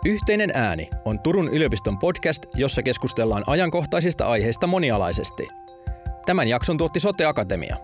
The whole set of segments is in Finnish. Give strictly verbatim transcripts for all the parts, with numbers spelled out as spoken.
Yhteinen ääni on Turun yliopiston podcast, jossa keskustellaan ajankohtaisista aiheista monialaisesti. Tämän jakson tuotti Sote Akatemia.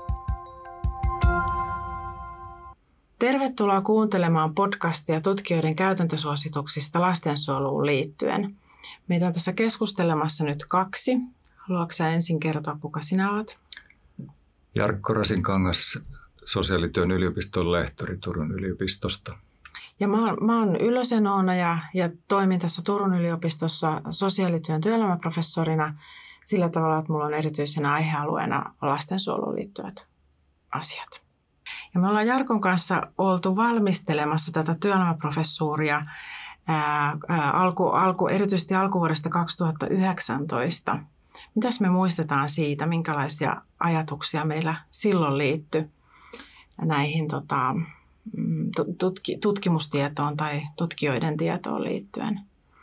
Tervetuloa kuuntelemaan podcastia tutkijoiden käytäntösuosituksista lastensuojeluun liittyen. Meitä on tässä keskustelemassa nyt kaksi. Haluatko sä ensin kertoa, kuka sinä olet? Jarkko Rasinkangas, sosiaalityön yliopiston lehtori Turun yliopistosta. Ja mä oon, mä oon Ylösen Oona ja, ja toimin tässä Turun yliopistossa sosiaalityön työelämäprofessorina sillä tavalla, että mulla on erityisenä aihealueena lastensuojeluun liittyvät asiat. Ja me ollaan Jarkon kanssa oltu valmistelemassa tätä työelämäprofessuuria ää, ää, alku, alku, erityisesti alkuvuodesta kaksituhattayhdeksäntoista. Mitäs me muistetaan siitä, minkälaisia ajatuksia meillä silloin liittyi näihin tota, tutki, tutkimustietoon tai tutkijoiden tietoon liittyen?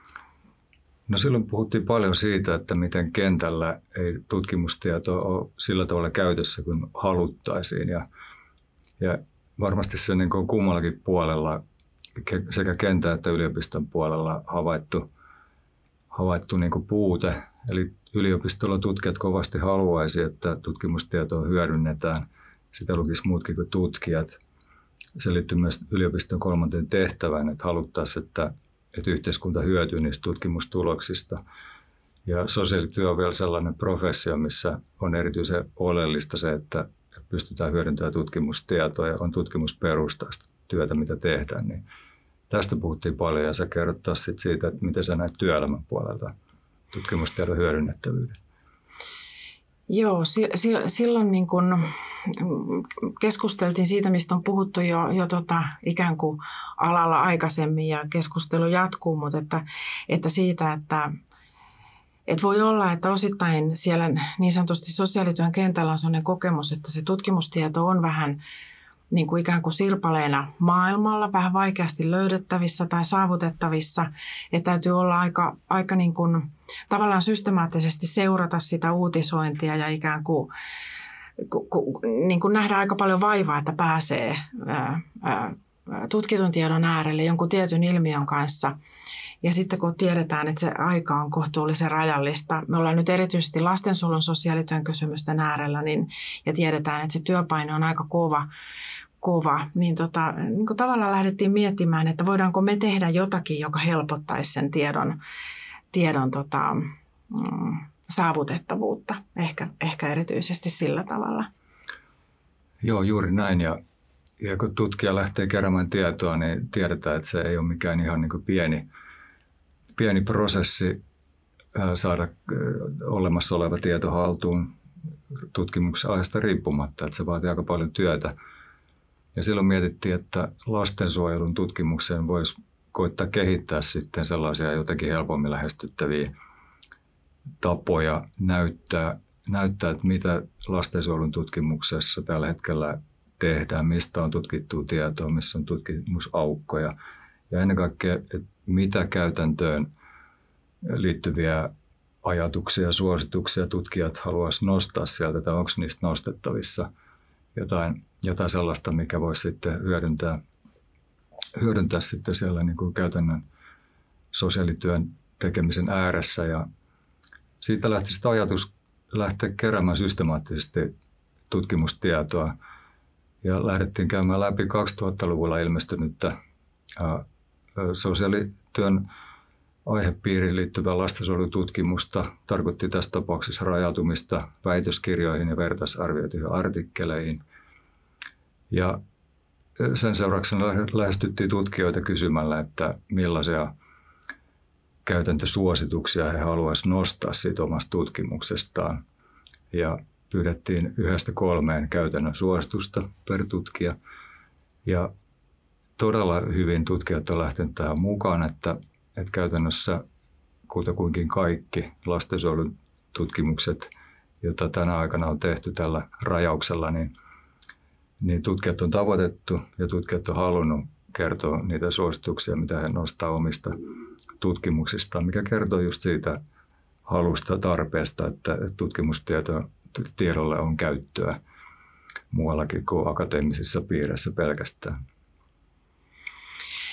No silloin puhuttiin paljon siitä, että miten kentällä ei tutkimustietoa ole sillä tavalla käytössä kuin haluttaisiin. Ja, ja varmasti se niin kuin kummallakin puolella, sekä kentän että yliopiston puolella havaittu, havaittu niin kuin puute. Eli yliopistolla tutkijat kovasti haluaisi, että tutkimustietoa hyödynnetään. Sitä lukisi muutkin kuin tutkijat. Se liittyy myös yliopiston kolmanteen tehtävään, että haluttaisiin, että, että yhteiskunta hyötyy niistä tutkimustuloksista. Ja sosiaalityö on vielä sellainen professio, missä on erityisen oleellista se, että pystytään hyödyntämään tutkimustietoa ja on tutkimusperustaista työtä, mitä tehdään. Niin tästä puhuttiin paljon ja sä kerrot taas sit siitä, että miten sä näet työelämän puolelta tutkimustiedon hyödynnettävyyden. Joo, silloin niin kun keskusteltiin siitä, mistä on puhuttu jo, jo tota, ikään kuin alalla aikaisemmin ja keskustelu jatkuu, mutta että, että siitä, että, että voi olla, että osittain siellä niin sanotusti sosiaalityön kentällä on sellainen kokemus, että se tutkimustieto on vähän niin kuin ikään kuin sirpaleena maailmalla, vähän vaikeasti löydettävissä tai saavutettavissa. Että täytyy olla aika, aika niin kuin tavallaan systemaattisesti seurata sitä uutisointia ja ikään kuin, ku, ku, niin kuin nähdä aika paljon vaivaa, että pääsee ää, ää, tutkitun tiedon äärelle jonkun tietyn ilmiön kanssa. Ja sitten kun tiedetään, että se aika on kohtuullisen rajallista, me ollaan nyt erityisesti lastensuojelun sosiaalityön kysymysten äärellä, niin, ja tiedetään, että se työpaine on aika kova, kova niin, tota, niin kuin tavallaan lähdettiin miettimään, että voidaanko me tehdä jotakin, joka helpottaisi sen tiedon, tiedon tota, mm, saavutettavuutta, ehkä, ehkä erityisesti sillä tavalla. Joo, juuri näin. Ja, ja kun tutkija lähtee keräämään tietoa, niin tiedetään, että se ei ole mikään ihan niin kuin pieni, pieni prosessi saada olemassa oleva tieto haltuun tutkimuksen aiheesta riippumatta, että se vaatii aika paljon työtä. Ja silloin mietittiin, että lastensuojelun tutkimukseen voisi koittaa kehittää sitten sellaisia jotenkin helpommin lähestyttäviä tapoja näyttää, näyttää, että mitä lastensuojelun tutkimuksessa tällä hetkellä tehdään, mistä on tutkittua tietoa, missä on tutkimusaukkoja ja ennen kaikkea, että mitä käytäntöön liittyviä ajatuksia ja suosituksia tutkijat haluaisivat nostaa sieltä tai onko niistä nostettavissa jotain, jotain sellaista, mikä voisi sitten hyödyntää, hyödyntää sitten siellä niin kuin käytännön sosiaalityön tekemisen ääressä. Ja siitä lähti sitten ajatus lähteä keräämään systemaattisesti tutkimustietoa ja lähdettiin käymään läpi kaksituhattaluvulla ilmestynyttä ää, sosiaalityön aihepiiriin liittyvää lastensuojelututkimusta. Tarkoitti tässä tapauksessa rajautumista väitöskirjoihin ja vertaisarvioituihin artikkeleihin. Ja sen seurauksena lähestyttiin tutkijoita kysymällä, että millaisia käytäntösuosituksia he haluaisivat nostaa siitä omasta tutkimuksestaan. Ja pyydettiin yhdestä kolmeen käytännön suositusta per tutkija. Ja todella hyvin tutkijat on lähtenyt tähän mukaan, että, että käytännössä kutakuinkin kaikki lastensuojelun tutkimukset, joita tänä aikana on tehty tällä rajauksella, niin, niin tutkijat on tavoitettu ja tutkijat on halunnut kertoa niitä suosituksia, mitä he nostaa omista tutkimuksistaan, mikä kertoo just siitä halusta tarpeesta, että tutkimustiedolle on käyttöä muuallakin kuin akateemisissa piireissä pelkästään.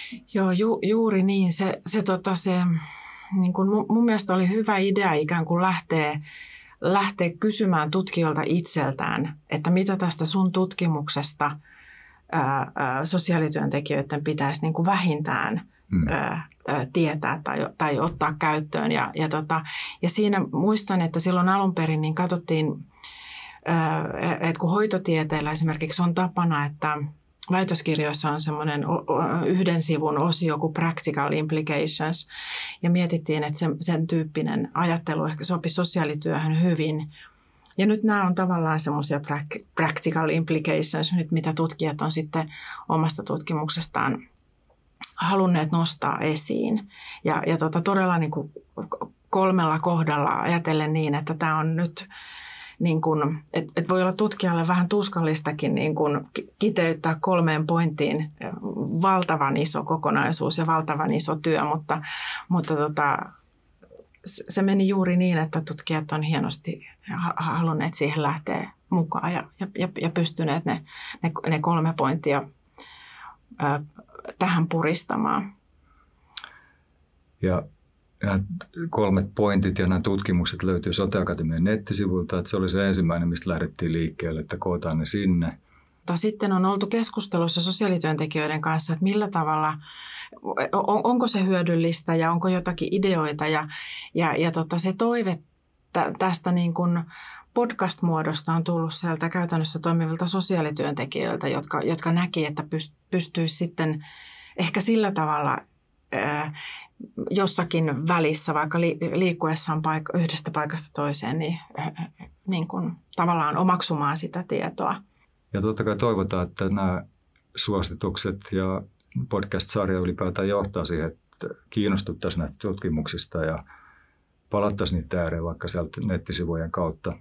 Joo, ju, juuri niin. Se, se, tota, se niin kuin mun, mun mielestä oli hyvä idea ikään kuin lähteä, lähteä kysymään tutkijoilta itseltään, että mitä tästä sun tutkimuksesta ää, ää, sosiaalityöntekijöiden pitäisi niin kuin vähintään hmm. ää, ää, tietää tai, tai ottaa käyttöön. Ja, ja, tota, ja siinä muistan, että silloin alun perin niin katsottiin, ää, että kun hoitotieteellä esimerkiksi on tapana, että väitöskirjoissa on semmoinen yhden sivun osio kuin practical implications, ja mietittiin, että sen, sen tyyppinen ajattelu ehkä sopi sosiaalityöhön hyvin. Ja nyt nämä on tavallaan semmoisia practical implications, nyt mitä tutkijat on sitten omasta tutkimuksestaan halunneet nostaa esiin. Ja, ja tota, todella niin kuin kolmella kohdalla ajatellen niin, että tämä on nyt niin kuin, että et voi olla tutkijalle vähän tuskallistakin niin kuin kiteyttää kolmeen pointtiin valtavan iso kokonaisuus ja valtavan iso työ, mutta, mutta tota, se meni juuri niin, että tutkijat on hienosti halunneet siihen lähteä mukaan ja, ja, ja pystyneet ne, ne, ne kolme pointtia ää, tähän puristamaan. Ja nämä kolmet pointit ja nämä tutkimukset löytyy Sote-Akatemian nettisivuilta, että se oli se ensimmäinen, mistä lähdettiin liikkeelle, että kootaan ne sinne. Sitten on oltu keskustelussa sosiaalityöntekijöiden kanssa, että millä tavalla, on, onko se hyödyllistä ja onko jotakin ideoita. Ja, ja, ja tota, se toive tästä niin kuin podcast-muodosta on tullut sieltä käytännössä toimivilta sosiaalityöntekijöiltä, jotka, jotka näki, että pystyisi sitten ehkä sillä tavalla ää, jossakin välissä, vaikka liikkuessaan paik- yhdestä paikasta toiseen, niin, niin kuin tavallaan omaksumaan sitä tietoa. Ja totta kai toivotaan, että nämä suositukset ja podcast-sarja ylipäätään johtaa siihen, että kiinnostuttaisiin näistä tutkimuksista ja palattaisiin niitä ääreen vaikka sieltä nettisivujen kautta.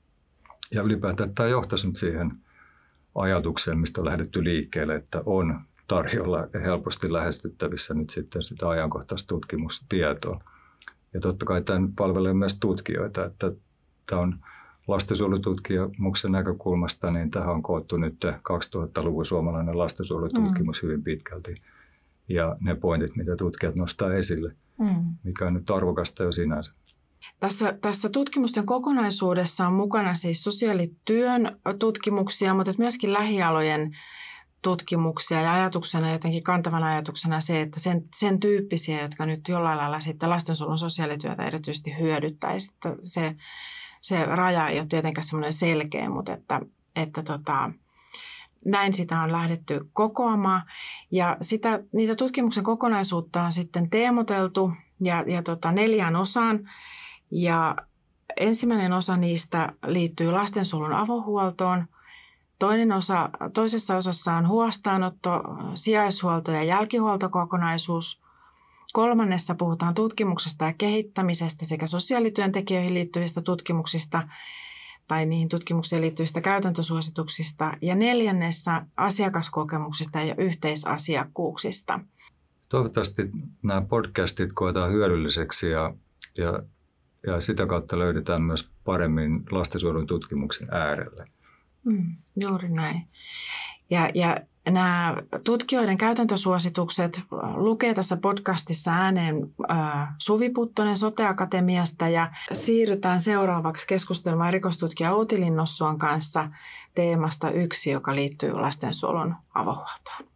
Ja ylipäätään tämä johtaisi nyt siihen ajatukseen, mistä on lähdetty liikkeelle, että on tarjolla helposti lähestyttävissä nyt sitten sitä ajankohtaista tutkimustietoa. Ja totta kai tämä palvelee myös tutkijoita, että tämä on lastensuojelututkimuksen näkökulmasta, niin tähän on koottu nyt kaksituhattaluvun suomalainen lastensuojelututkimus mm. hyvin pitkälti. Ja ne pointit, mitä tutkijat nostaa esille, mm. mikä on nyt arvokasta jo sinänsä. Tässä, tässä tutkimusten kokonaisuudessa on mukana siis sosiaalityön tutkimuksia, mutta myöskin lähialojen tutkimuksia ja ajatuksena, jotenkin kantavana ajatuksena se, että sen, sen tyyppisiä, jotka nyt jollain lailla sitten lastensuojelun sosiaalityötä erityisesti hyödyttäisi. Että se, se raja ei ole tietenkään semmoinen selkeä, mutta että, että tota, näin sitä on lähdetty kokoamaan. Ja sitä, niitä tutkimuksen kokonaisuutta on sitten teemoteltu ja, ja tota, neljään osaan. Ja ensimmäinen osa niistä liittyy lastensuojelun avohuoltoon. Toinen osa, toisessa osassa on huostaanotto, sijaishuolto ja jälkihuoltokokonaisuus. Kolmannessa puhutaan tutkimuksesta ja kehittämisestä sekä sosiaalityöntekijöihin liittyvistä tutkimuksista tai niihin tutkimuksiin liittyvistä käytäntösuosituksista. Ja neljännessä asiakaskokemuksista ja yhteisasiakkuuksista. Toivottavasti nämä podcastit koetaan hyödylliseksi ja, ja, ja sitä kautta löydetään myös paremmin lastensuojelun tutkimuksen äärelle. Mm, juuri näin. Ja, ja nämä tutkijoiden käytäntösuositukset lukee tässä podcastissa ääneen äh, Suvi Puttonen Sote-Akatemiasta ja siirrytään seuraavaksi keskustelemaan rikostutkija Outi Linnossuon kanssa teemasta yksi, joka liittyy lastensuojelun avohuoltoon.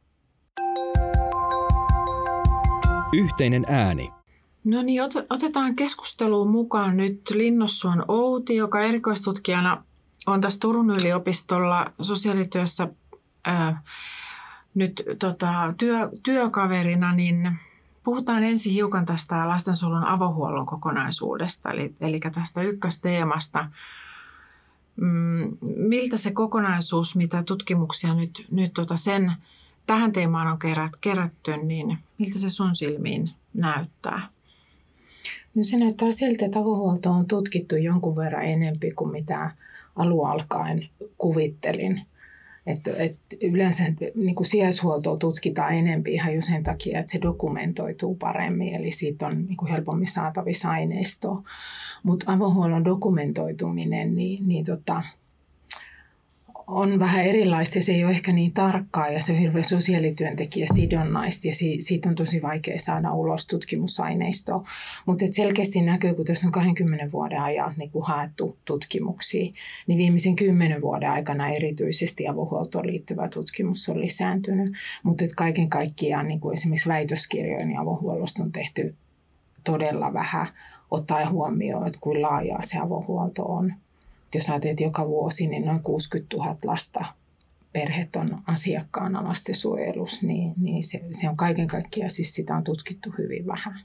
Yhteinen ääni. No niin, otetaan keskusteluun mukaan nyt Linnossuon Outi, joka erikoistutkijana on tässä Turun yliopistolla sosiaalityössä ää, nyt tota, työ, työkaverina, niin puhutaan ensin hiukan tästä lastensuojelun avohuollon kokonaisuudesta, eli, eli tästä ykkösteemasta. Mm, miltä se kokonaisuus, mitä tutkimuksia nyt, nyt tota sen tähän teemaan on kerät, kerätty, niin miltä se sun silmiin näyttää? No se näyttää siltä, että avohuolto on tutkittu jonkun verran enempi kuin mitä alun alkaen kuvittelin. Että, että yleensä niin kuin sijaishuoltoa tutkitaan enemmän ihan jo sen takia, että se dokumentoituu paremmin, eli siitä on niin kuin helpommin saatavissa aineistoa. Mutta avohuollon dokumentoituminen niin, niin tota, on vähän erilaista ja se ei ole ehkä niin tarkkaa ja se on hirveän sosiaalityöntekijä sidonnaista ja siitä on tosi vaikea saada ulos tutkimusaineistoa. Mutta selkeästi näkyy, kun tässä on kahdenkymmenen vuoden ajan niin kun haettu tutkimuksia, niin viimeisen kymmenen vuoden aikana erityisesti avohuoltoon liittyvä tutkimus on lisääntynyt. Mutta kaiken kaikkiaan niin esimerkiksi väitöskirjojen avohuollosta on tehty todella vähän ottaen huomioon, että kuinka laajaa se avohuolto on. Jos ajatellaan, että joka vuosi niin noin kuusikymmentätuhatta lasta perheet on asiakkaana lastensuojelussa, niin, niin se, se on kaiken kaikkiaan, siis sitä on tutkittu hyvin vähän.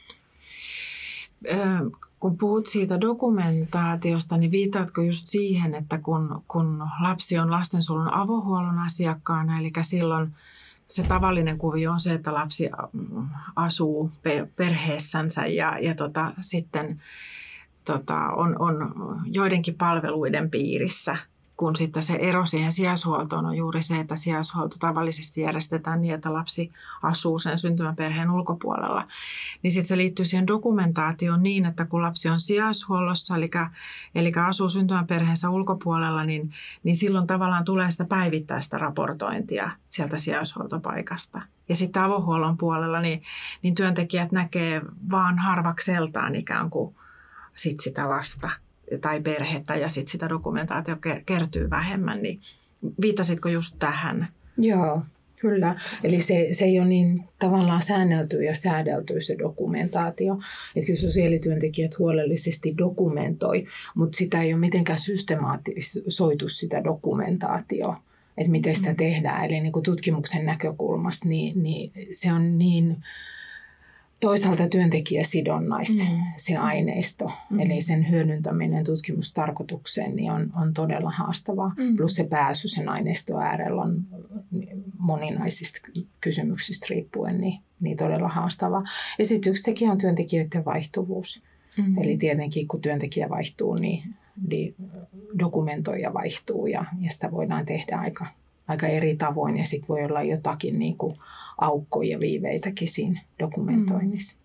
Kun puhut siitä dokumentaatiosta, niin viitaatko just siihen, että kun, kun lapsi on lastensuojelun avohuollon asiakkaana, eli silloin se tavallinen kuvio on se, että lapsi asuu perheessänsä ja, ja tota, sitten tota, on, on joidenkin palveluiden piirissä, kun sitten se ero siihen sijaishuoltoon on juuri se, että sijaishuolto tavallisesti järjestetään niin, että lapsi asuu sen syntymäperheen ulkopuolella. Niin sitten se liittyy siihen dokumentaatioon niin, että kun lapsi on sijaishuollossa, eli, eli asuu syntymäperheensä ulkopuolella, niin, niin silloin tavallaan tulee sitä päivittäistä raportointia sieltä sijaishuoltopaikasta. Ja sitten avohuollon puolella niin, niin työntekijät näkee vaan harvakseltaan ikään kuin sit sitä lasta tai perhettä ja sitten sitä dokumentaatio kertyy vähemmän, niin viittasitko just tähän? Joo, kyllä. Eli se, se ei ole niin tavallaan säännelty ja säädelty se dokumentaatio. Että kyllä sosiaalityöntekijät huolellisesti dokumentoi, mutta sitä ei ole mitenkään systemaattisoitu sitä dokumentaatioa, että miten sitä tehdään. Eli niin kuin tutkimuksen näkökulmasta niin, niin se on niin toisaalta työntekijäsidonnaista mm. se aineisto, mm. eli sen hyödyntäminen tutkimustarkoitukseen niin on, on todella haastavaa. Mm. Plus se pääsy sen aineiston äärellä on moninaisista kysymyksistä riippuen niin, niin todella haastavaa. Ja sitten yksi tekijä on työntekijöiden vaihtuvuus. Mm. Eli tietenkin kun työntekijä vaihtuu, niin, niin dokumentoija vaihtuu ja, ja sitä voidaan tehdä aika, aika eri tavoin ja sitten voi olla jotakin niin kuin aukkoja ja viiveitäkin siinä dokumentoinnissa.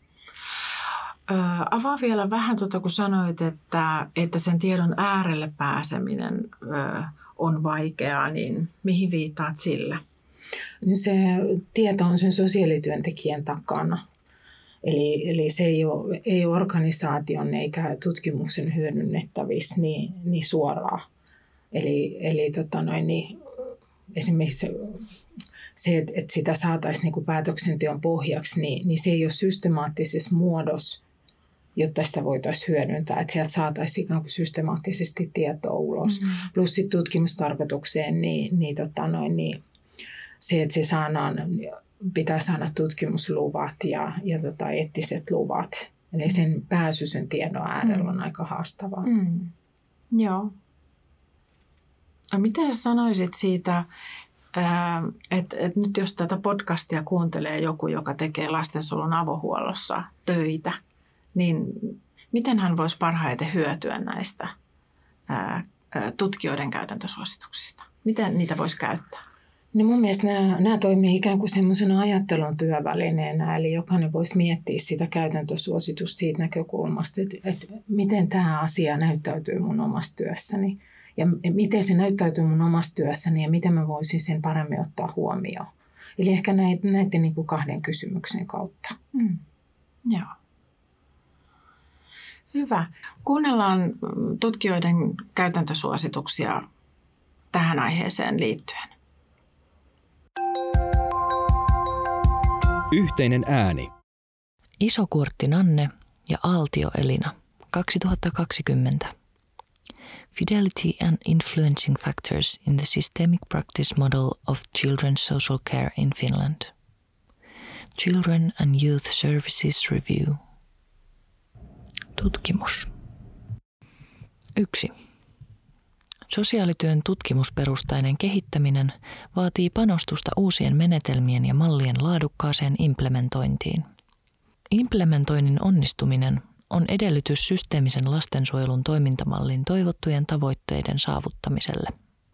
Mm. Ö, avaa vielä vähän, tuota, kun sanoit, että, että sen tiedon äärelle pääseminen ö, on vaikeaa, niin mihin viittaat sillä? Se tieto on sen sosiaalityöntekijän takana. Eli, eli se ei ole, ei ole organisaation eikä tutkimuksen hyödynnettävissä niin, niin suoraan. Eli, eli tota noin, niin, esimerkiksi se, että, että sitä saataisiin niin kuin päätöksenteon pohjaksi, niin, niin se ei ole systemaattisessa muodossa, jotta sitä voitaisiin hyödyntää. Että sieltä saataisiin ikään kuin systemaattisesti tietoa ulos. Mm-hmm. Plus sitten tutkimustarkoitukseen, niin, niin, tota noin, niin se, että se saadaan, pitää saada tutkimusluvat ja, ja tota, eettiset luvat. Eli sen pääsy sen tiedon äärellä on aika haastavaa. Mm. Joo. No, mitä sä sanoisit siitä, että et nyt jos tätä podcastia kuuntelee joku, joka tekee lastensuojelun avohuollossa töitä, niin miten hän voisi parhaiten hyötyä näistä ää, tutkijoiden käytäntösuosituksista? Miten niitä voisi käyttää? No mun mielestä nämä, nämä toimii ikään kuin semmoisena ajattelun työvälineenä, eli jokainen voisi miettiä sitä käytäntösuositusta siitä näkökulmasta, että, että miten tämä asia näyttäytyy mun omassa työssäni. Ja miten se näyttäytyy mun omassa työssäni ja miten mä voisin sen paremmin ottaa huomioon. Eli ehkä näiden, näiden niin kuin kahden kysymyksen kautta. Mm. Joo. Hyvä. Kuunnellaan tutkijoiden käytäntösuosituksia tähän aiheeseen liittyen. Yhteinen ääni. Isokurtti Nanne ja Aaltio Elina, kaksituhattakaksikymmentä. Fidelity and Influencing Factors in the Systemic Practice Model of Children's Social Care in Finland. Children and Youth Services Review. Tutkimus. yksi. Sosiaalityön tutkimusperustainen kehittäminen vaatii panostusta uusien menetelmien ja mallien laadukkaaseen implementointiin. Implementoinnin onnistuminen on edellytys systeemisen lastensuojelun toimintamallin toivottujen tavoitteiden saavuttamiselle.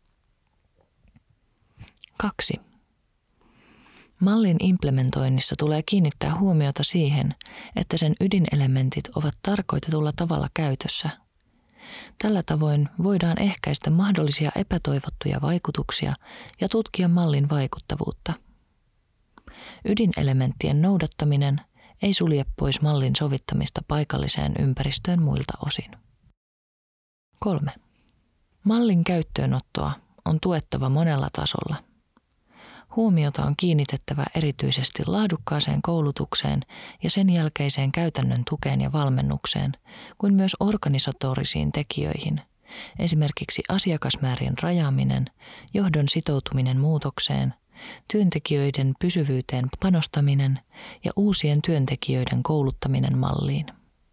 kaksi. Mallin implementoinnissa tulee kiinnittää huomiota siihen, että sen ydinelementit ovat tarkoitetulla tavalla käytössä Tällä tavoin voidaan ehkäistä mahdollisia epätoivottuja vaikutuksia ja tutkia mallin vaikuttavuutta. Ydinelementtien noudattaminen ei sulje pois mallin sovittamista paikalliseen ympäristöön muilta osin. kolme. Mallin käyttöönottoa on tuettava monella tasolla. Huomiota on kiinnitettävä erityisesti laadukkaaseen koulutukseen ja sen jälkeiseen käytännön tukeen ja valmennukseen, kuin myös organisatorisiin tekijöihin, esimerkiksi asiakasmäärien rajaaminen, johdon sitoutuminen muutokseen, työntekijöiden pysyvyyteen panostaminen ja uusien työntekijöiden kouluttaminen malliin.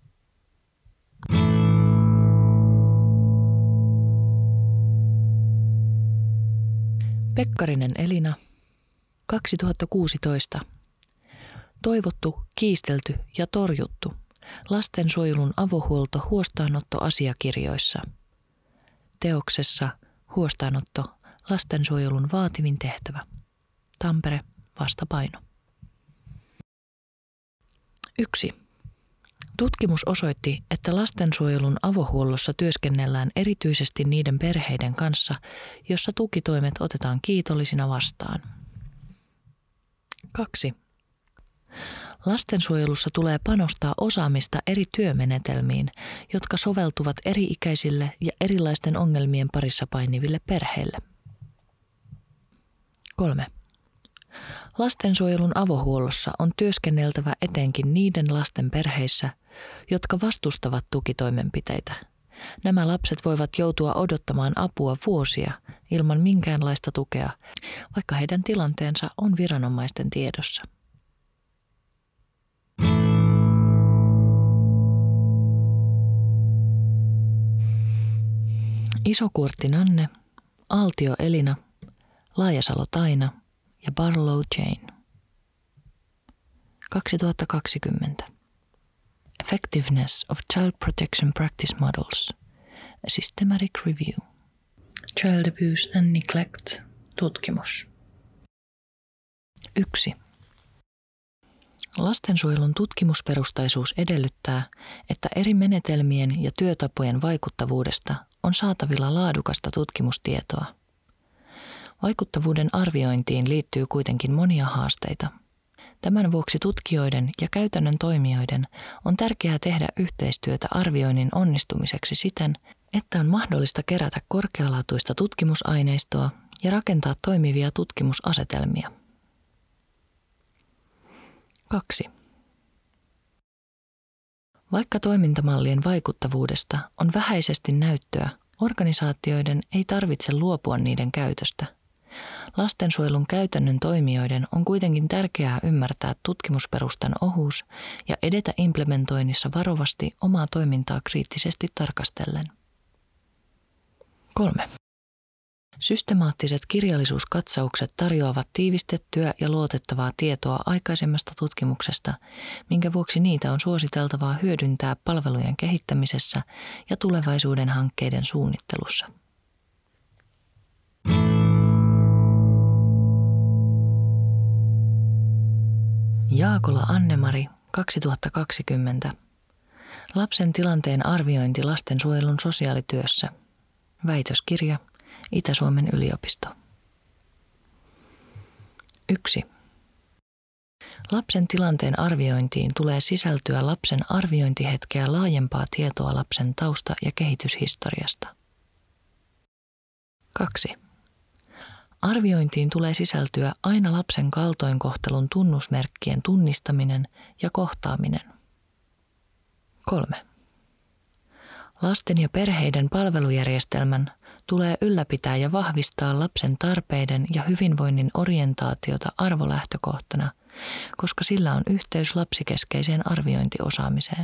Pekkarinen Elina, kaksituhattakuusitoista. Toivottu, kiistelty ja torjuttu. Lastensuojelun avohuolto huostaanottoasiakirjoissa. Teoksessa Huostaanotto, lastensuojelun vaativin tehtävä. Tampere, vastapaino. yksi. Tutkimus osoitti, että lastensuojelun avohuollossa työskennellään erityisesti niiden perheiden kanssa, jossa tukitoimet otetaan kiitollisina vastaan. kaksi. Lastensuojelussa tulee panostaa osaamista eri työmenetelmiin, jotka soveltuvat eri-ikäisille ja erilaisten ongelmien parissa painiville perheille. kolme. Lastensuojelun avohuollossa on työskenneltävä etenkin niiden lasten perheissä, jotka vastustavat tukitoimenpiteitä. Nämä lapset voivat joutua odottamaan apua vuosia ilman minkäänlaista tukea, vaikka heidän tilanteensa on viranomaisten tiedossa. Isokuortti Nanne, Aaltio Elina, Laajasalo Taina ja Barlow Jane. kaksituhattakaksikymmentä. Effectiveness of Child Protection Practice Models. A Systematic Review. Child Abuse and Neglect. Tutkimus. yksi. Lastensuojelun tutkimusperustaisuus edellyttää, että eri menetelmien ja työtapojen vaikuttavuudesta on saatavilla laadukasta tutkimustietoa. Vaikuttavuuden arviointiin liittyy kuitenkin monia haasteita. Tämän vuoksi tutkijoiden ja käytännön toimijoiden on tärkeää tehdä yhteistyötä arvioinnin onnistumiseksi siten, että on mahdollista kerätä korkealaatuista tutkimusaineistoa ja rakentaa toimivia tutkimusasetelmia. kaksi. Vaikka toimintamallien vaikuttavuudesta on vähäisesti näyttöä, organisaatioiden ei tarvitse luopua niiden käytöstä. Lastensuojelun käytännön toimijoiden on kuitenkin tärkeää ymmärtää tutkimusperustan ohuus ja edetä implementoinnissa varovasti omaa toimintaa kriittisesti tarkastellen. kolme. Systemaattiset kirjallisuuskatsaukset tarjoavat tiivistettyä ja luotettavaa tietoa aikaisemmasta tutkimuksesta, minkä vuoksi niitä on suositeltavaa hyödyntää palvelujen kehittämisessä ja tulevaisuuden hankkeiden suunnittelussa. Jaakola Anne-Mari, kaksituhattakaksikymmentä. Lapsen tilanteen arviointi lastensuojelun sosiaalityössä. Väitöskirja, Itä-Suomen yliopisto. yksi. Lapsen tilanteen arviointiin tulee sisältyä lapsen arviointihetkeä laajempaa tietoa lapsen tausta- ja kehityshistoriasta. kaksi. Arviointiin tulee sisältyä aina lapsen kaltoinkohtelun tunnusmerkkien tunnistaminen ja kohtaaminen. kolme. Lasten ja perheiden palvelujärjestelmän tulee ylläpitää ja vahvistaa lapsen tarpeiden ja hyvinvoinnin orientaatiota arvolähtökohtana, koska sillä on yhteys lapsikeskeiseen arviointiosaamiseen.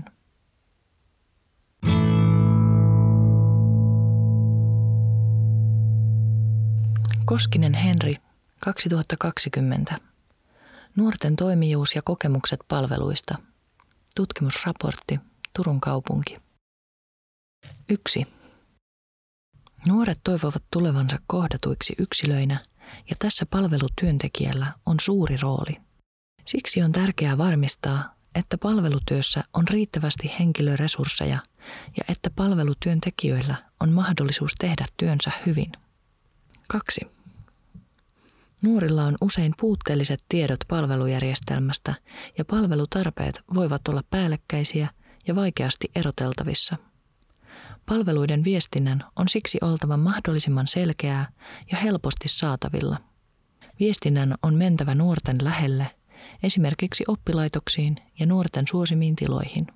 Koskinen Henri, kaksituhattakaksikymmentä. Nuorten toimijuus ja kokemukset palveluista. Tutkimusraportti, Turun kaupunki. yksi. Nuoret toivovat tulevansa kohdatuiksi yksilöinä ja tässä palvelutyöntekijällä on suuri rooli. Siksi on tärkeää varmistaa, että palvelutyössä on riittävästi henkilöresursseja ja että palvelutyöntekijöillä on mahdollisuus tehdä työnsä hyvin. Kaksi. Nuorilla on usein puutteelliset tiedot palvelujärjestelmästä ja palvelutarpeet voivat olla päällekkäisiä ja vaikeasti eroteltavissa. Palveluiden viestinnän on siksi oltava mahdollisimman selkeää ja helposti saatavilla. Viestinnän on mentävä nuorten lähelle, esimerkiksi oppilaitoksiin ja nuorten suosimiin tiloihin.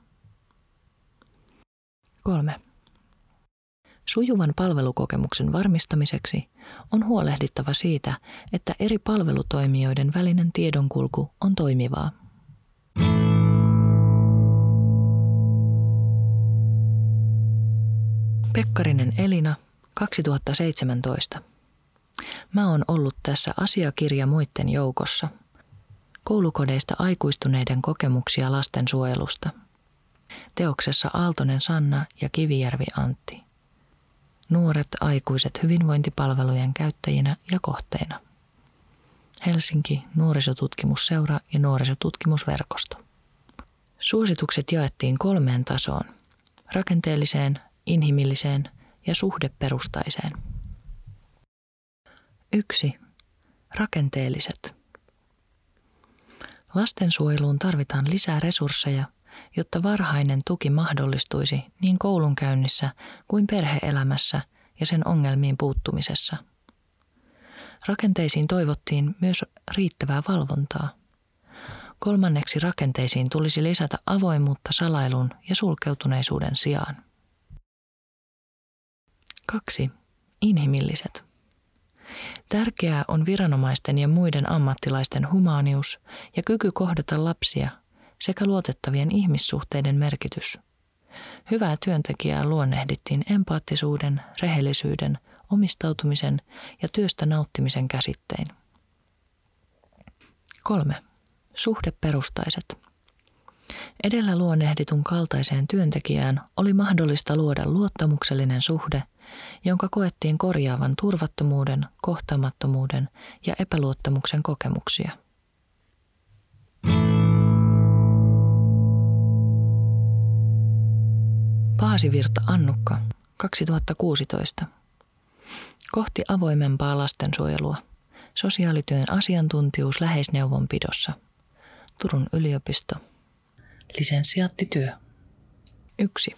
Kolme. Sujuvan palvelukokemuksen varmistamiseksi on huolehdittava siitä, että eri palvelutoimijoiden välinen tiedonkulku on toimivaa. Pekkarinen Elina, kaksituhattaseitsemäntoista. Mä oon ollut tässä asiakirja muitten joukossa. Koulukodeista aikuistuneiden kokemuksia lastensuojelusta. Teoksessa Aaltonen Sanna ja Kivijärvi Antti. Nuoret aikuiset hyvinvointipalvelujen käyttäjinä ja kohteina. Helsinki, Nuorisotutkimusseura ja Nuorisotutkimusverkosto. Suositukset jaettiin kolmeen tasoon. Rakenteelliseen, inhimilliseen ja suhdeperustaiseen. Yksi. Rakenteelliset. Lastensuojeluun tarvitaan lisää resursseja, jotta varhainen tuki mahdollistuisi niin koulunkäynnissä kuin perhe-elämässä ja sen ongelmiin puuttumisessa. Rakenteisiin toivottiin myös riittävää valvontaa. Kolmanneksi rakenteisiin tulisi lisätä avoimuutta salailun ja sulkeutuneisuuden sijaan. Kaksi. Inhimilliset. Tärkeää on viranomaisten ja muiden ammattilaisten humaanius ja kyky kohdata lapsia sekä luotettavien ihmissuhteiden merkitys. Hyvää työntekijää luonnehdittiin empaattisuuden, rehellisyyden, omistautumisen ja työstä nauttimisen käsittein. Kolme. Suhdeperustaiset. Edellä luonnehditun kaltaiseen työntekijään oli mahdollista luoda luottamuksellinen suhde, jonka koettiin korjaavan turvattomuuden, kohtaamattomuuden ja epäluottamuksen kokemuksia. Paasivirta Annukka, kaksituhattakuusitoista. Kohti avoimempaa lastensuojelua. Sosiaalityön asiantuntijuus läheisneuvonpidossa. Turun yliopisto. Lisensiaattityö. Yksi.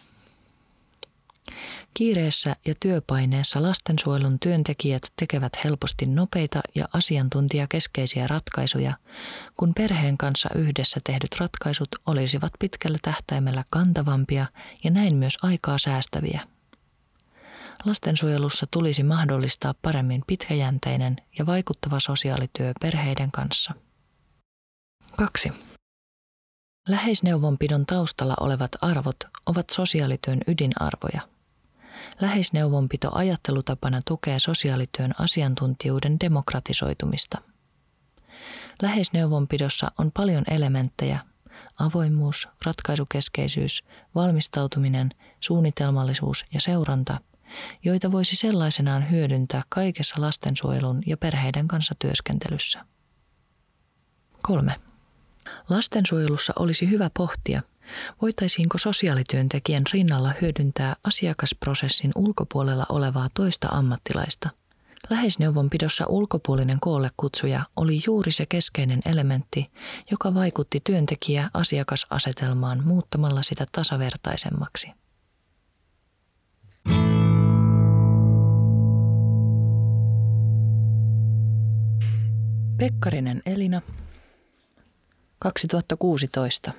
Kiireessä ja työpaineessa lastensuojelun työntekijät tekevät helposti nopeita ja asiantuntijakeskeisiä ratkaisuja, kun perheen kanssa yhdessä tehdyt ratkaisut olisivat pitkällä tähtäimellä kantavampia ja näin myös aikaa säästäviä. Lastensuojelussa tulisi mahdollistaa paremmin pitkäjänteinen ja vaikuttava sosiaalityö perheiden kanssa. Kaksi. Läheisneuvonpidon taustalla olevat arvot ovat sosiaalityön ydinarvoja. Läheisneuvonpito ajattelutapana tukee sosiaalityön asiantuntijuuden demokratisoitumista. Läheisneuvonpidossa on paljon elementtejä: avoimuus, ratkaisukeskeisyys, valmistautuminen, suunnitelmallisuus ja seuranta, joita voisi sellaisenaan hyödyntää kaikessa lastensuojelun ja perheiden kanssa työskentelyssä. Kolme. Lastensuojelussa olisi hyvä pohtia, voitaisiinko sosiaalityöntekijän rinnalla hyödyntää asiakasprosessin ulkopuolella olevaa toista ammattilaista. Läheisneuvonpidossa ulkopuolinen koollekutsuja oli juuri se keskeinen elementti, joka vaikutti työntekijä-asiakasasetelmaan muuttamalla sitä tasavertaisemmaksi. Pekkarinen Elina, kaksituhattakuusitoista.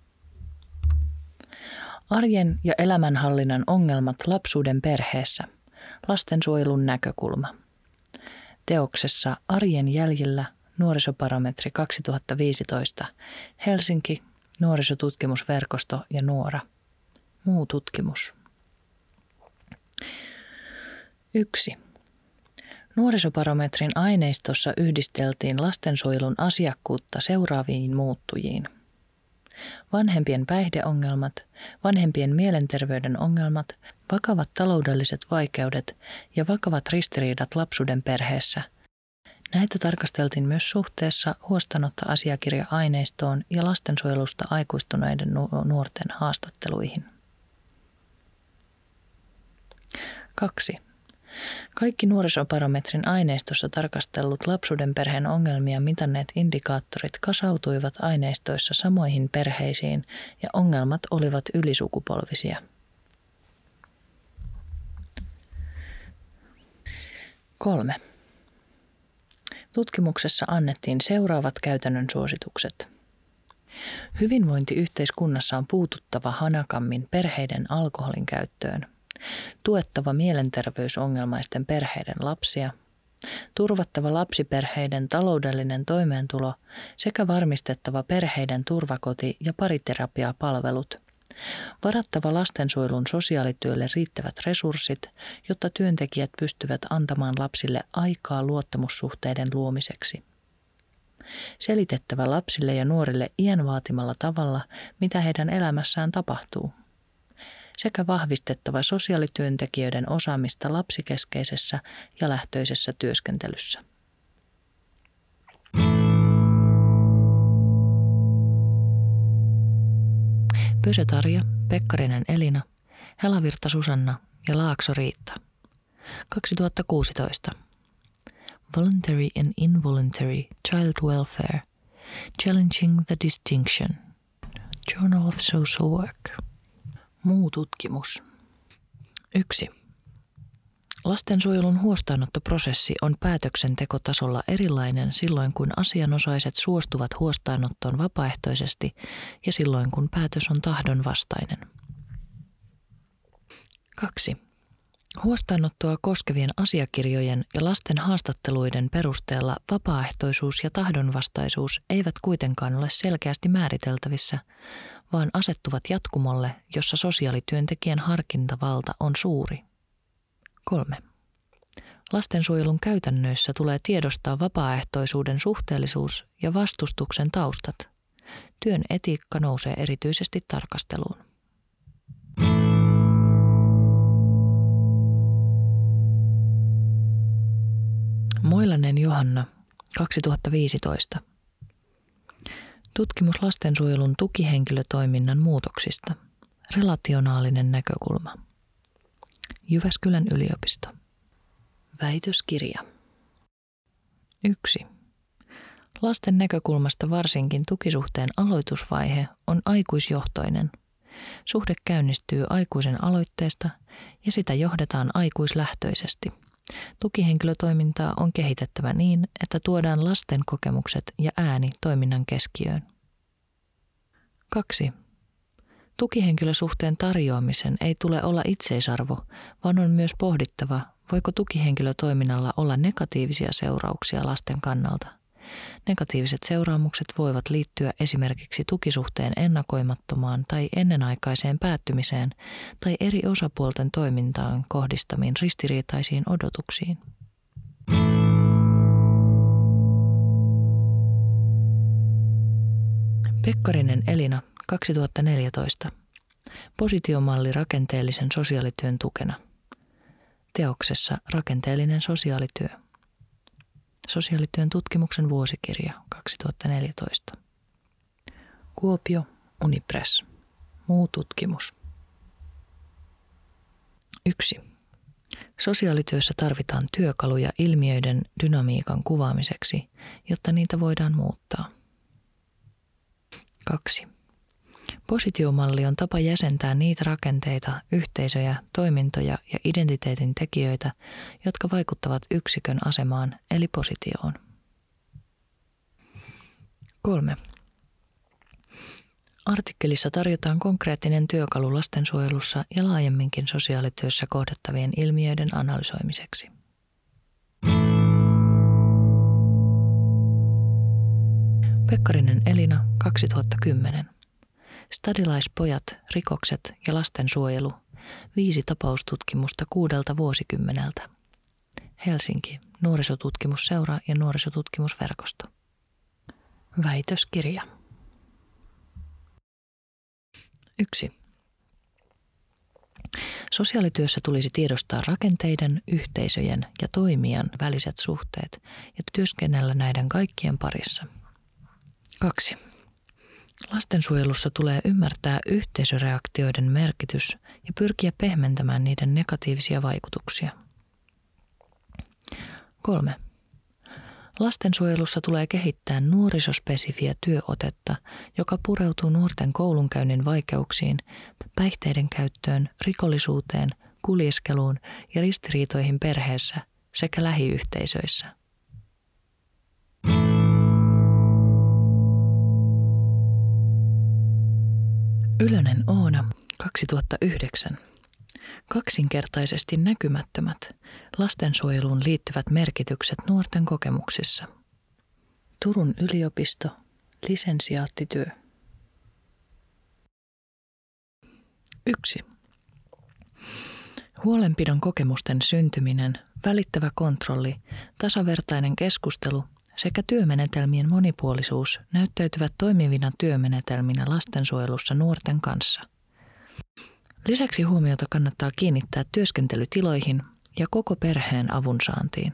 Arjen ja elämänhallinnan ongelmat lapsuuden perheessä. Lastensuojelun näkökulma. Teoksessa Arjen jäljillä nuorisobarometri kaksituhattaviisitoista. Helsinki, Nuorisotutkimusverkosto ja Nuora. Muu tutkimus. Yksi. Nuorisobarometrin aineistossa yhdisteltiin lastensuojelun asiakkuutta seuraaviin muuttujiin. Vanhempien päihdeongelmat, vanhempien mielenterveyden ongelmat, vakavat taloudelliset vaikeudet ja vakavat ristiriidat lapsuuden perheessä. Näitä tarkasteltiin myös suhteessa huostaanottoasiakirja-aineistoon ja lastensuojelusta aikuistuneiden nuorten haastatteluihin. Kaksi. Kaikki nuorisobarometrin aineistossa tarkastellut lapsuuden perheen ongelmia mitanneet indikaattorit kasautuivat aineistoissa samoihin perheisiin ja ongelmat olivat ylisukupolvisia. Kolme. Tutkimuksessa annettiin seuraavat käytännön suositukset. Hyvinvointiyhteiskunnassa on puututtava hanakammin perheiden alkoholin käyttöön. Tuettava mielenterveysongelmaisten perheiden lapsia, turvattava lapsiperheiden taloudellinen toimeentulo sekä varmistettava perheiden turvakoti- ja pariterapiapalvelut, varattava lastensuojelun sosiaalityölle riittävät resurssit, jotta työntekijät pystyvät antamaan lapsille aikaa luottamussuhteiden luomiseksi. Selitettävä lapsille ja nuorille iän vaatimalla tavalla, mitä heidän elämässään tapahtuu. Sekä vahvistettava sosiaalityöntekijöiden osaamista lapsikeskeisessä ja lähtöisessä työskentelyssä. Pösö Tarja, Pekkarinen Elina, Helavirta Susanna ja Laakso Riitta. kaksituhattakuusitoista. Voluntary and Involuntary Child Welfare. Challenging the Distinction. Journal of Social Work. Muu tutkimus. Yksi. Lastensuojelun huostaanottoprosessi on päätöksentekotasolla erilainen silloin, kun asianosaiset suostuvat huostaanottoon vapaaehtoisesti ja silloin, kun päätös on tahdonvastainen. Kaksi. Huostaanottoa koskevien asiakirjojen ja lasten haastatteluiden perusteella vapaaehtoisuus ja tahdonvastaisuus eivät kuitenkaan ole selkeästi määriteltävissä, vaan asettuvat jatkumolle, jossa sosiaalityöntekijän harkintavalta on suuri. Kolme. Lastensuojelun käytännöissä tulee tiedostaa vapaaehtoisuuden suhteellisuus ja vastustuksen taustat. Työn etiikka nousee erityisesti tarkasteluun. Moilanen Johanna, kaksituhattaviisitoista. Tutkimus lastensuojelun tukihenkilötoiminnan muutoksista. Relationaalinen näkökulma. Jyväskylän yliopisto. Väitöskirja. Yksi. Lasten näkökulmasta varsinkin tukisuhteen aloitusvaihe on aikuisjohtoinen. Suhde käynnistyy aikuisen aloitteesta ja sitä johdetaan aikuislähtöisesti. Tukihenkilötoimintaa on kehitettävä niin, että tuodaan lasten kokemukset ja ääni toiminnan keskiöön. Kaksi. Tukihenkilösuhteen tarjoamisen ei tule olla itseisarvo, vaan on myös pohdittava, voiko tukihenkilötoiminnalla olla negatiivisia seurauksia lasten kannalta. Negatiiviset seuraamukset voivat liittyä esimerkiksi tukisuhteen ennakoimattomaan tai ennenaikaiseen päättymiseen tai eri osapuolten toimintaan kohdistamiin ristiriitaisiin odotuksiin. Pekkarinen Elina, kaksituhattaneljätoista. Positiomalli rakenteellisen sosiaalityön tukena. Teoksessa Rakenteellinen sosiaalityö. Sosiaalityön tutkimuksen vuosikirja kaksituhattaneljätoista. Kuopio, Unipress. Muu tutkimus. Yksi. Sosiaalityössä tarvitaan työkaluja ilmiöiden dynamiikan kuvaamiseksi, jotta niitä voidaan muuttaa. Kaksi. Positiomalli on tapa jäsentää niitä rakenteita, yhteisöjä, toimintoja ja identiteetin tekijöitä, jotka vaikuttavat yksikön asemaan eli positioon. Kolme. Artikkelissa tarjotaan konkreettinen työkalu lastensuojelussa ja laajemminkin sosiaalityössä kohdattavien ilmiöiden analysoimiseksi. Pekkarinen Elina, kaksituhattakymmenen. Stadilaispojat, rikokset ja lastensuojelu. Viisi tapaustutkimusta kuudelta vuosikymmeneltä. Helsinki, Nuorisotutkimusseura ja Nuorisotutkimusverkosto. Väitöskirja. Yksi. Sosiaalityössä tulisi tiedostaa rakenteiden, yhteisöjen ja toimijan väliset suhteet ja työskennellä näiden kaikkien parissa. Kaksi. Lastensuojelussa tulee ymmärtää yhteisöreaktioiden merkitys ja pyrkiä pehmentämään niiden negatiivisia vaikutuksia. Kolme. Lastensuojelussa tulee kehittää nuorisospesifiä työotetta, joka pureutuu nuorten koulunkäynnin vaikeuksiin, päihteiden käyttöön, rikollisuuteen, kuljeskeluun ja ristiriitoihin perheessä sekä lähiyhteisöissä. Ylönen Oona, kaksituhattayhdeksän. Kaksinkertaisesti näkymättömät lastensuojeluun liittyvät merkitykset nuorten kokemuksissa. Turun yliopisto, lisensiaattityö. yksi. Huolenpidon kokemusten syntyminen, välittävä kontrolli, tasavertainen keskustelu sekä työmenetelmien monipuolisuus näyttäytyvät toimivina työmenetelminä lastensuojelussa nuorten kanssa. Lisäksi huomiota kannattaa kiinnittää työskentelytiloihin ja koko perheen avunsaantiin.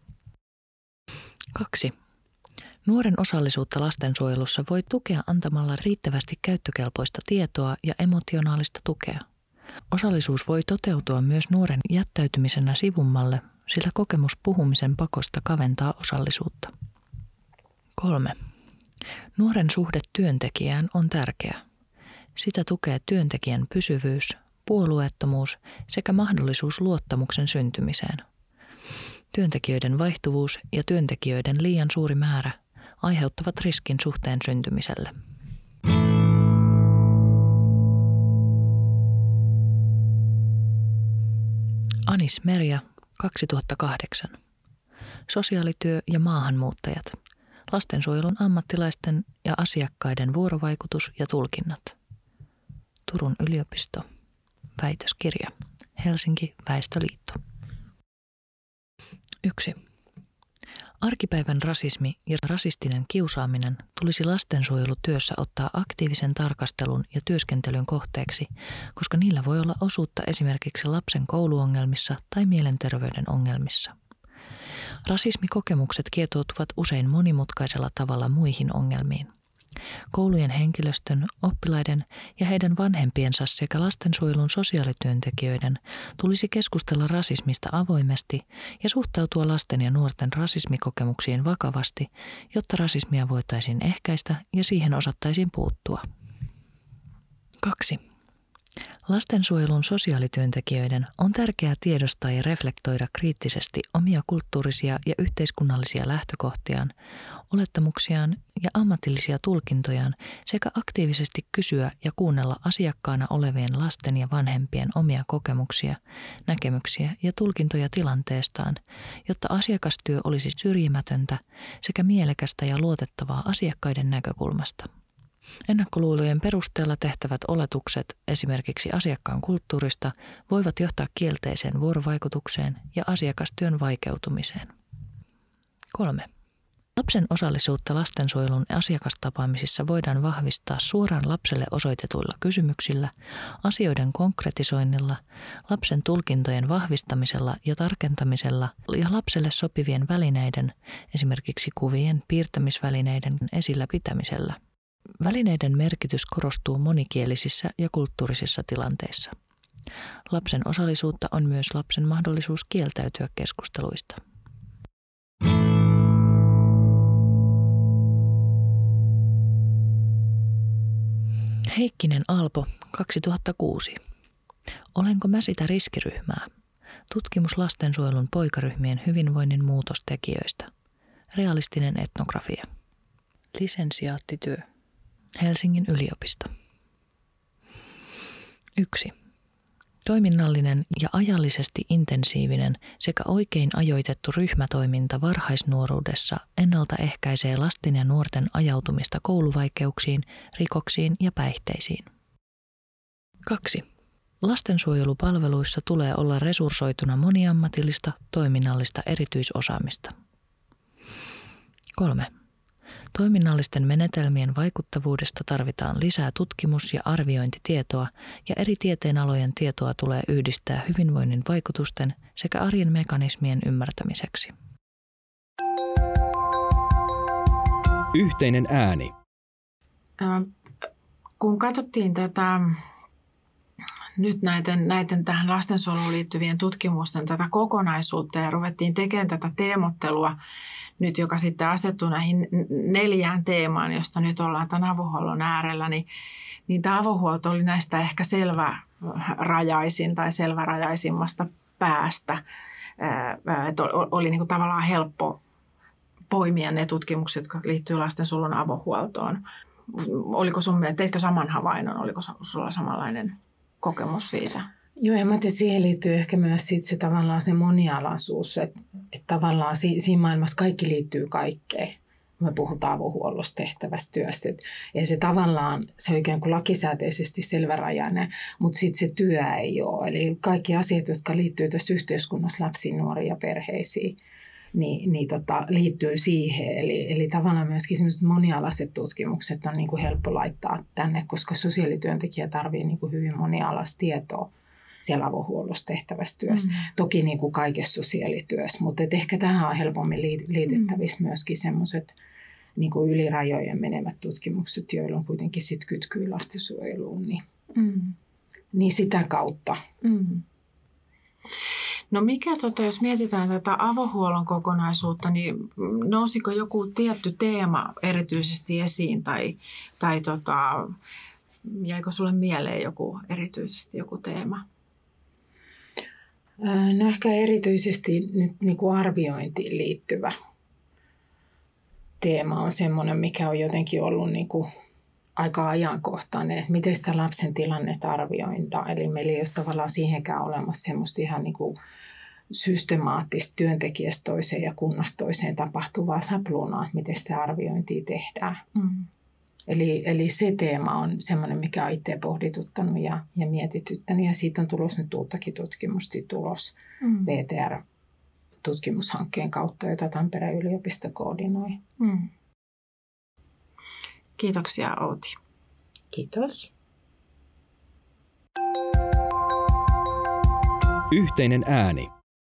kaksi. Nuoren osallisuutta lastensuojelussa voi tukea antamalla riittävästi käyttökelpoista tietoa ja emotionaalista tukea. Osallisuus voi toteutua myös nuoren jättäytymisenä sivummalle, sillä kokemus puhumisen pakosta kaventaa osallisuutta. kolme. Nuoren suhde työntekijään on tärkeä. Sitä tukee työntekijän pysyvyys, puolueettomuus sekä mahdollisuus luottamuksen syntymiseen. Työntekijöiden vaihtuvuus ja työntekijöiden liian suuri määrä aiheuttavat riskin suhteen syntymiselle. Anis Merja, kaksituhattakahdeksan. Sosiaalityö ja maahanmuuttajat. Lastensuojelun ammattilaisten ja asiakkaiden vuorovaikutus ja tulkinnat. Turun yliopisto. Väitöskirja. Helsinki, Väestöliitto. yksi. Arkipäivän rasismi ja rasistinen kiusaaminen tulisi lastensuojelutyössä ottaa aktiivisen tarkastelun ja työskentelyn kohteeksi, koska niillä voi olla osuutta esimerkiksi lapsen kouluongelmissa tai mielenterveyden ongelmissa. Rasismikokemukset kietoutuvat usein monimutkaisella tavalla muihin ongelmiin. Koulujen henkilöstön, oppilaiden ja heidän vanhempiensa sekä lastensuojelun sosiaalityöntekijöiden tulisi keskustella rasismista avoimesti ja suhtautua lasten ja nuorten rasismikokemuksiin vakavasti, jotta rasismia voitaisiin ehkäistä ja siihen osattaisiin puuttua. kaksi. Lastensuojelun sosiaalityöntekijöiden on tärkeää tiedostaa ja reflektoida kriittisesti omia kulttuurisia ja yhteiskunnallisia lähtökohtiaan, olettamuksiaan ja ammatillisia tulkintojaan sekä aktiivisesti kysyä ja kuunnella asiakkaana olevien lasten ja vanhempien omia kokemuksia, näkemyksiä ja tulkintoja tilanteestaan, jotta asiakastyö olisi syrjimätöntä sekä mielekästä ja luotettavaa asiakkaiden näkökulmasta. Ennakkoluulojen perusteella tehtävät oletukset esimerkiksi asiakkaan kulttuurista voivat johtaa kielteiseen vuorovaikutukseen ja asiakastyön vaikeutumiseen. kolme. Lapsen osallisuutta lastensuojelun asiakastapaamisissa voidaan vahvistaa suoraan lapselle osoitetuilla kysymyksillä, asioiden konkretisoinnilla, lapsen tulkintojen vahvistamisella ja tarkentamisella ja lapselle sopivien välineiden, esimerkiksi kuvien, piirtämisvälineiden esillä pitämisellä. Välineiden merkitys korostuu monikielisissä ja kulttuurisissa tilanteissa. Lapsen osallisuutta on myös lapsen mahdollisuus kieltäytyä keskusteluista. Heikkinen Alpo, kaksituhattakuusi. Olenko mä sitä riskiryhmää? Tutkimus lastensuojelun poikaryhmien hyvinvoinnin muutostekijöistä. Realistinen etnografia. Lisensiaattityö. Helsingin yliopisto. yksi. Toiminnallinen ja ajallisesti intensiivinen sekä oikein ajoitettu ryhmätoiminta varhaisnuoruudessa ennaltaehkäisee lasten ja nuorten ajautumista kouluvaikeuksiin, rikoksiin ja päihteisiin. kaksi. Lastensuojelupalveluissa tulee olla resurssoituna moniammatillista, toiminnallista erityisosaamista. kolme. Toiminnallisten menetelmien vaikuttavuudesta tarvitaan lisää tutkimus- ja arviointitietoa ja eri tieteenalojen tietoa tulee yhdistää hyvinvoinnin vaikutusten sekä arjen mekanismien ymmärtämiseksi. Yhteinen ääni. kun katsottiin tätä nyt näiden, näiden tähän lastensuojeluun liittyvien tutkimusten tätä kokonaisuutta ja ruvettiin tekemään tätä teemottelua nyt, joka sitten asettuu näihin neljään teemaan, josta nyt ollaan tämän avohuollon äärellä, niin, niin tämä avohuolto oli näistä ehkä selvärajaisin tai selvärajaisimmasta päästä. Että oli niin kuin tavallaan helppo poimia ne tutkimukset, jotka liittyy lastensuojelun avohuoltoon. Oliko sun mielestä, teitkö saman havainnon, oliko sulla samanlainen kokemus siitä? Joo, ja mä tiedän, siihen liittyy ehkä myös sit se tavallaan se monialaisuus, että, että tavallaan si, siinä maailmassa kaikki liittyy kaikkeen. Me puhutaan avohuollossa tehtävästä työstä. Ja se tavallaan, se on ikään kuin lakisääteisesti selvärajainen, mutta sitten se työ ei ole. Eli kaikki asiat, jotka liittyy tässä yhteiskunnassa lapsiin, nuoriin ja perheisiin, niin, niin tota, liittyy siihen. Eli, eli tavallaan myöskin sellaiset monialaiset tutkimukset on niin kuin helppo laittaa tänne, koska sosiaalityöntekijä tarvitsee niin kuin hyvin monialaista tietoa siellä avohuollossa tehtävässä työssä. Mm. Toki niin kuin kaikessa sosiaalityössä, mutta ehkä tähän on helpommin liitettävissä mm. myöskin sellaiset niin kuin yli rajojen menevät tutkimukset, joilla on kuitenkin sit kytkyy lastensuojeluun. Niin, mm. niin sitä kautta. Mm. No mikä, tota, jos mietitään tätä avohuollon kokonaisuutta, niin nousiko joku tietty teema erityisesti esiin tai, tai tota, jäikö sulle mieleen joku erityisesti joku teema? No ehkä erityisesti nyt niin kuin arviointiin liittyvä teema on semmoinen, mikä on jotenkin ollut niin kuin aika ajankohtainen, että miten sitä lapsen tilannetta arvioidaan. Eli meillä ei ole tavallaan siihenkään olemassa semmoista ihan niin kuin systemaattista työntekijästä toiseen ja kunnasta toiseen tapahtuvaa sapluunaa, että miten sitä arviointia tehdään. Mm. Eli, eli se teema on semmoinen, mikä on itse pohdituttanut ja, ja mietityttänyt. Ja siitä on tulossa nyt uuttakin tutkimusta tulos mm. V T R-tutkimushankkeen kautta, jota Tampereen yliopisto koordinoi. Mm. Kiitoksia, Outi. Kiitos. Yhteinen ääni.